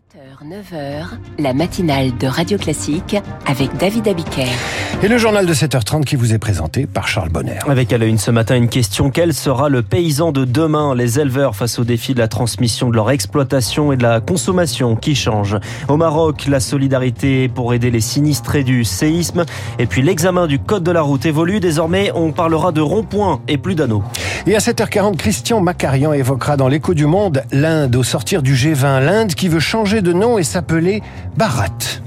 9h, la matinale de Radio Classique avec David Abiker. Et le journal de 7h30 qui vous est présenté par Charles Bonner. Avec à la une ce matin une question: quel sera le paysan de demain? Les éleveurs face au défi de la transmission de leur exploitation et de la consommation qui change. Au Maroc, la solidarité pour aider les sinistrés du séisme. Et puis l'examen du code de la route évolue. Désormais, on parlera de ronds-points et plus d'anneaux. Et à 7h40, Christian Macarian évoquera dans l'Écho du Monde l'Inde au sortir du G20. L'Inde qui veut changer de nom et s'appeler Bharat.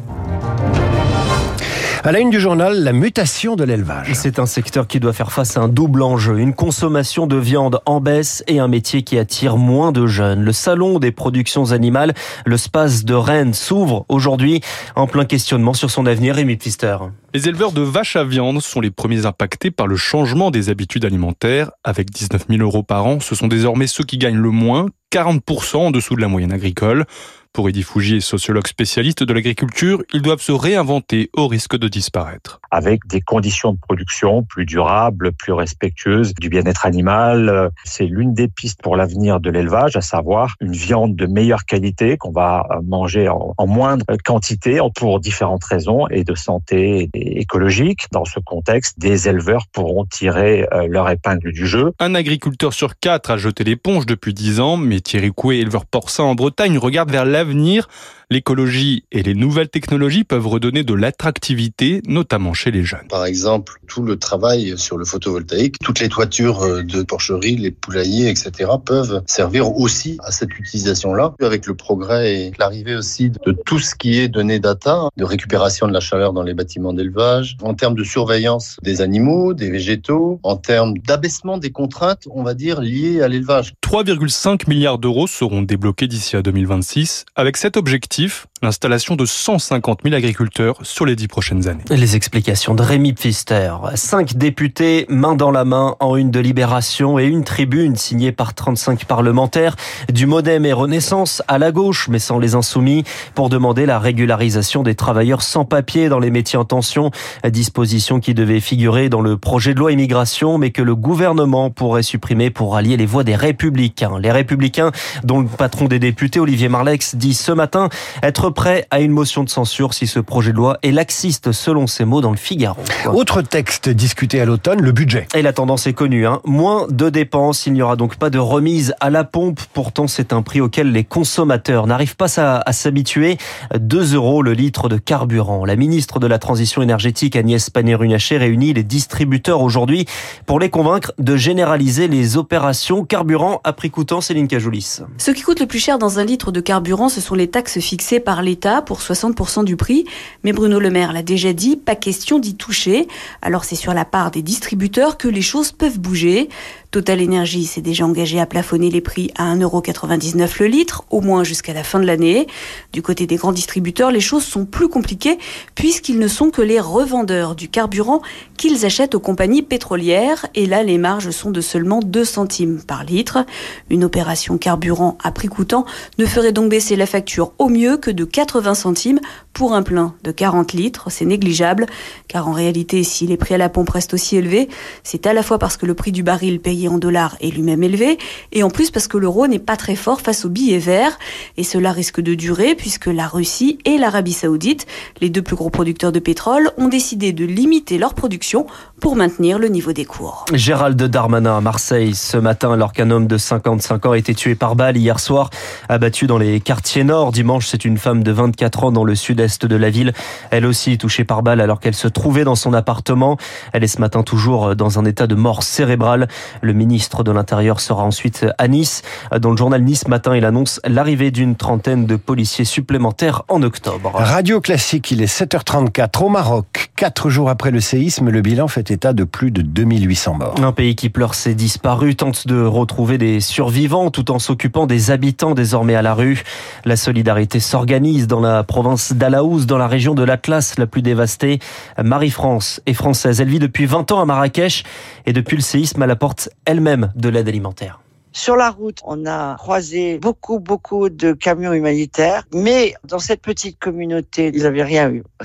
À la une du journal, la mutation de l'élevage. C'est un secteur qui doit faire face à un double enjeu. Une consommation de viande en baisse et un métier qui attire moins de jeunes. Le salon des productions animales, le Space de Rennes, s'ouvre aujourd'hui en plein questionnement sur son avenir. Rémi Pfister. Les éleveurs de vaches à viande sont les premiers impactés par le changement des habitudes alimentaires. Avec 19 000 € par an, ce sont désormais ceux qui gagnent le moins, 40% en dessous de la moyenne agricole. Pour Eddy Fougier, sociologue spécialiste de l'agriculture, ils doivent se réinventer au risque de disparaître. Avec des conditions de production plus durables, plus respectueuses du bien-être animal. C'est l'une des pistes pour l'avenir de l'élevage, à savoir une viande de meilleure qualité qu'on va manger en moindre quantité pour différentes raisons et de santé et écologique. Dans ce contexte, des éleveurs pourront tirer leur épingle du jeu. Un agriculteur sur 4 a jeté l'éponge depuis 10 ans, mais Thierry Coué, éleveur porcin en Bretagne, regarde vers l'avenir. L'écologie et les nouvelles technologies peuvent redonner de l'attractivité, notamment chez les jeunes. Par exemple, tout le travail sur le photovoltaïque, toutes les toitures de porcherie, les poulaillers, etc. peuvent servir aussi à cette utilisation-là. Avec le progrès et l'arrivée aussi de tout ce qui est données data, de récupération de la chaleur dans les bâtiments d'élevage, en termes de surveillance des animaux, des végétaux, en termes d'abaissement des contraintes, on va dire, liées à l'élevage. 3,5 milliards d'euros seront débloqués d'ici à 2026. Avec cet objectif, l'installation de 150 000 agriculteurs sur les 10 prochaines années. Les explications de Rémi Pfister. 5 députés, main dans la main, en une de Libération et une tribune signée par 35 parlementaires du Modem et Renaissance à la gauche, mais sans les insoumis, pour demander la régularisation des travailleurs sans papier dans les métiers en tension. Disposition qui devait figurer dans le projet de loi immigration, mais que le gouvernement pourrait supprimer pour rallier les voix des Républicains. Les Républicains, dont le patron des députés, Olivier Marleix, dit ce matin être prêt à une motion de censure si ce projet de loi est laxiste, selon ses mots dans le Figaro. Autre texte discuté à l'automne, le budget. Et la tendance est connue, moins de dépenses, il n'y aura donc pas de remise à la pompe. Pourtant, c'est un prix auquel les consommateurs n'arrivent pas à s'habituer. 2 € le litre de carburant. La ministre de la Transition énergétique, Agnès Pannier-Runacher, réunit les distributeurs aujourd'hui pour les convaincre de généraliser les opérations carburant à prix coûtant. Céline Cajoulis. Ce qui coûte le plus cher dans un litre de carburant, ce sont les taxes fixées par l'État pour 60% du prix. Mais Bruno Le Maire l'a déjà dit, pas question d'y toucher. Alors c'est sur la part des distributeurs que les choses peuvent bouger. Total Énergie s'est déjà engagé à plafonner les prix à 1,99 € le litre, au moins jusqu'à la fin de l'année. Du côté des grands distributeurs, les choses sont plus compliquées puisqu'ils ne sont que les revendeurs du carburant qu'ils achètent aux compagnies pétrolières. Et là, les marges sont de seulement 2 centimes par litre. Une opération carburant à prix coûtant ne ferait donc baisser la facture au mieux que de 80 centimes pour un plein de 40 litres. C'est négligeable, car en réalité, si les prix à la pompe restent aussi élevés, c'est à la fois parce que le prix du baril payé en dollars est lui-même élevé, et en plus parce que l'euro n'est pas très fort face au billet vert. Et cela risque de durer puisque la Russie et l'Arabie Saoudite, les 2 plus gros producteurs de pétrole, ont décidé de limiter leur production pour maintenir le niveau des cours. Gérald Darmanin à Marseille ce matin, alors qu'un homme de 55 ans a été tué par balle hier soir, abattu dans les quartiers nord. Dimanche, c'est une femme de 24 ans dans le sud-est de la ville, elle aussi touchée par balle alors qu'elle se trouvait dans son appartement. Elle est ce matin toujours dans un état de mort cérébrale. Le ministre de l'Intérieur sera ensuite à Nice. Dans le journal Nice Matin, il annonce l'arrivée d'une trentaine de policiers supplémentaires en octobre. Radio Classique, il est 7h34 au Maroc. 4 jours après le séisme, le bilan fait état de plus de 2800 morts. Un pays qui pleure ses disparus, tente de retrouver des survivants tout en s'occupant des habitants désormais à la rue. La solidarité s'organise dans la province d'Alaouz, dans la région de l'Atlas la plus dévastée. Marie-France est française. Elle vit depuis 20 ans à Marrakech et depuis le séisme, elle apporte elle-même de l'aide alimentaire. Sur la route, on a croisé beaucoup de camions humanitaires, mais dans cette petite communauté, ils n'avaient rien eu, rien.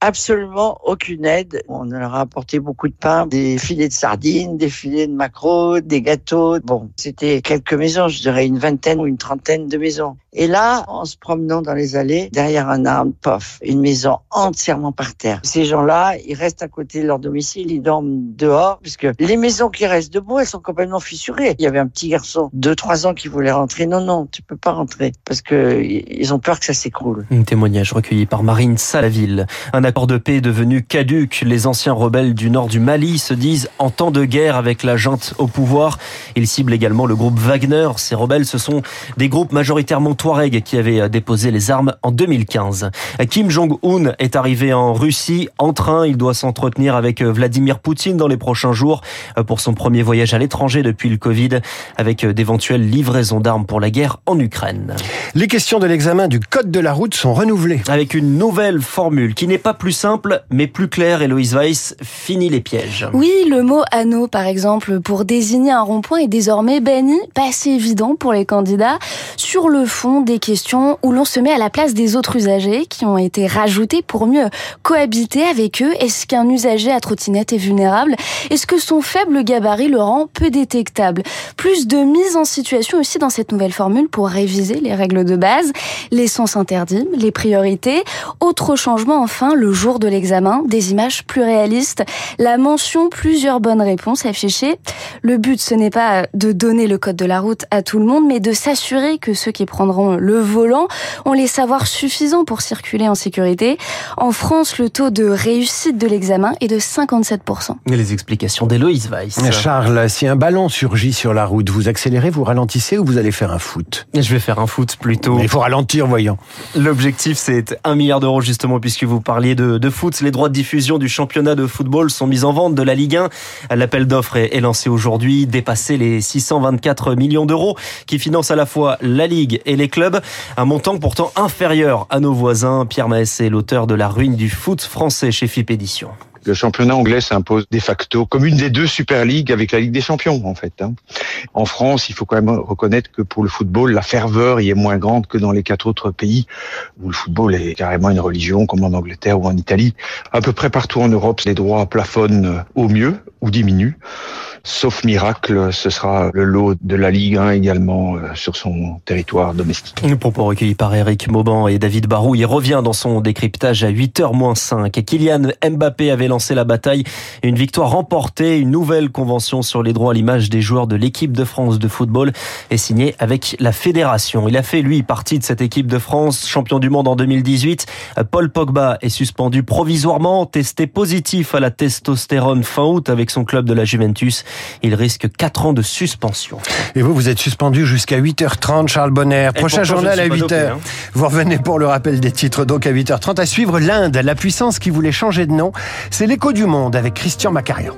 Absolument aucune aide. On leur a apporté beaucoup de pain, des filets de sardines, des filets de maquereau, des gâteaux. Bon, c'était quelques maisons, je dirais une vingtaine ou une trentaine de maisons. Et là, en se promenant dans les allées, derrière un arbre, pof, une maison entièrement par terre. Ces gens-là, ils restent à côté de leur domicile, ils dorment dehors, puisque les maisons qui restent debout, elles sont complètement fissurées. Il y avait un petit garçon de 3 ans qui voulait rentrer. Non, tu peux pas rentrer, parce que ils ont peur que ça s'écroule. Un témoignage recueilli par Marine Salaville. Un accord de paix est devenu caduc. Les anciens rebelles du nord du Mali se disent en temps de guerre avec la junte au pouvoir. Ils ciblent également le groupe Wagner. Ces rebelles, ce sont des groupes majoritairement Touareg qui avaient déposé les armes en 2015. Kim Jong-un est arrivé en Russie en train. Il doit s'entretenir avec Vladimir Poutine dans les prochains jours pour son premier voyage à l'étranger depuis le Covid, avec d'éventuelles livraisons d'armes pour la guerre en Ukraine. Les questions de l'examen du code de la route sont renouvelées. Avec une nouvelle formule qui n'est pas plus simple, mais plus claire. Héloïse Weiss, fini les pièges. Oui, le mot anneau, par exemple, pour désigner un rond-point est désormais banni. Pas assez évident pour les candidats. Sur le fond, des questions où l'on se met à la place des autres usagers qui ont été rajoutés pour mieux cohabiter avec eux. Est-ce qu'un usager à trottinette est vulnérable ? Est-ce que son faible gabarit le rend peu détectable ? Plus de mise en situation aussi dans cette nouvelle formule pour réviser les règles de base, les sens interdits, les priorités. Autre changement enfin, le jour de l'examen, des images plus réalistes, la mention plusieurs bonnes réponses affichées. Le but, ce n'est pas de donner le code de la route à tout le monde, mais de s'assurer que ceux qui prendront le volant ont les savoirs suffisants pour circuler en sécurité. En France, le taux de réussite de l'examen est de 57%. Et les explications d'Héloïse Weiss. Charles, si un ballon surgit sur la route, vous accélérez, vous ralentissez ou vous allez faire un foot ? Je vais faire un foot plutôt. Mais il faut ralentir, voyons. L'objectif, c'est 1 milliard d'euros justement, puisque vous parliez de foot. Les droits de diffusion du championnat de football sont mis en vente de la Ligue 1. L'appel d'offres est lancé aujourd'hui, dépasser les 624 millions d'euros qui financent à la fois la Ligue et les clubs. Un montant pourtant inférieur à nos voisins. Pierre Maes est l'auteur de La ruine du foot français chez FIP Éditions. Le championnat anglais s'impose de facto comme une des 2 Super Leagues avec la Ligue des Champions, en fait. En France, il faut quand même reconnaître que pour le football, la ferveur y est moins grande que dans les 4 autres pays où le football est carrément une religion, comme en Angleterre ou en Italie. À peu près partout en Europe, les droits plafonnent au mieux ou diminuent. Sauf miracle, ce sera le lot de la Ligue 1 également sur son territoire domestique. Propos recueillis par Eric Mauban et David Barou. Il revient dans son décryptage à 8h-5. Kylian Mbappé avait lancé la bataille. Une victoire remportée, une nouvelle convention sur les droits à l'image des joueurs de l'équipe de France de football est signée avec la fédération. Il a fait, lui, partie de cette équipe de France, champion du monde en 2018. Paul Pogba est suspendu provisoirement, testé positif à la testostérone fin août avec son club de la Juventus. Il risque 4 ans de suspension. Et vous êtes suspendu jusqu'à 8h30, Charles Bonner. Prochain journal à 8h. Vous revenez pour le rappel des titres, donc à 8h30. À suivre, l'Inde, la puissance qui voulait changer de nom. C'est l'écho du monde avec Christian Macarian.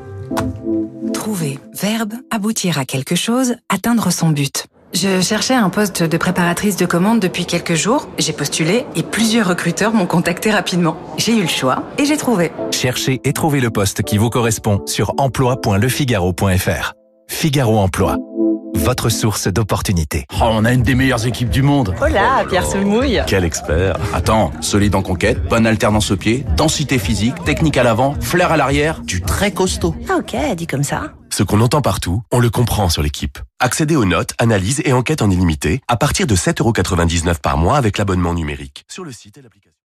Trouver, verbe, aboutir à quelque chose, atteindre son but. Je cherchais un poste de préparatrice de commande depuis quelques jours. J'ai postulé et plusieurs recruteurs m'ont contacté rapidement. J'ai eu le choix et j'ai trouvé. Cherchez et trouvez le poste qui vous correspond sur emploi.lefigaro.fr. Figaro Emploi, votre source d'opportunités. Oh, on a une des meilleures équipes du monde. Oh là, Pierre se mouille. Quel expert. Attends, solide en conquête, bonne alternance au pied, densité physique, technique à l'avant, flair à l'arrière, du très costaud. Ah ok, dit comme ça. Ce qu'on entend partout, on le comprend sur l'équipe. Accédez aux notes, analyses et enquêtes en illimité à partir de 7,99 € par mois avec l'abonnement numérique sur le site et l'application.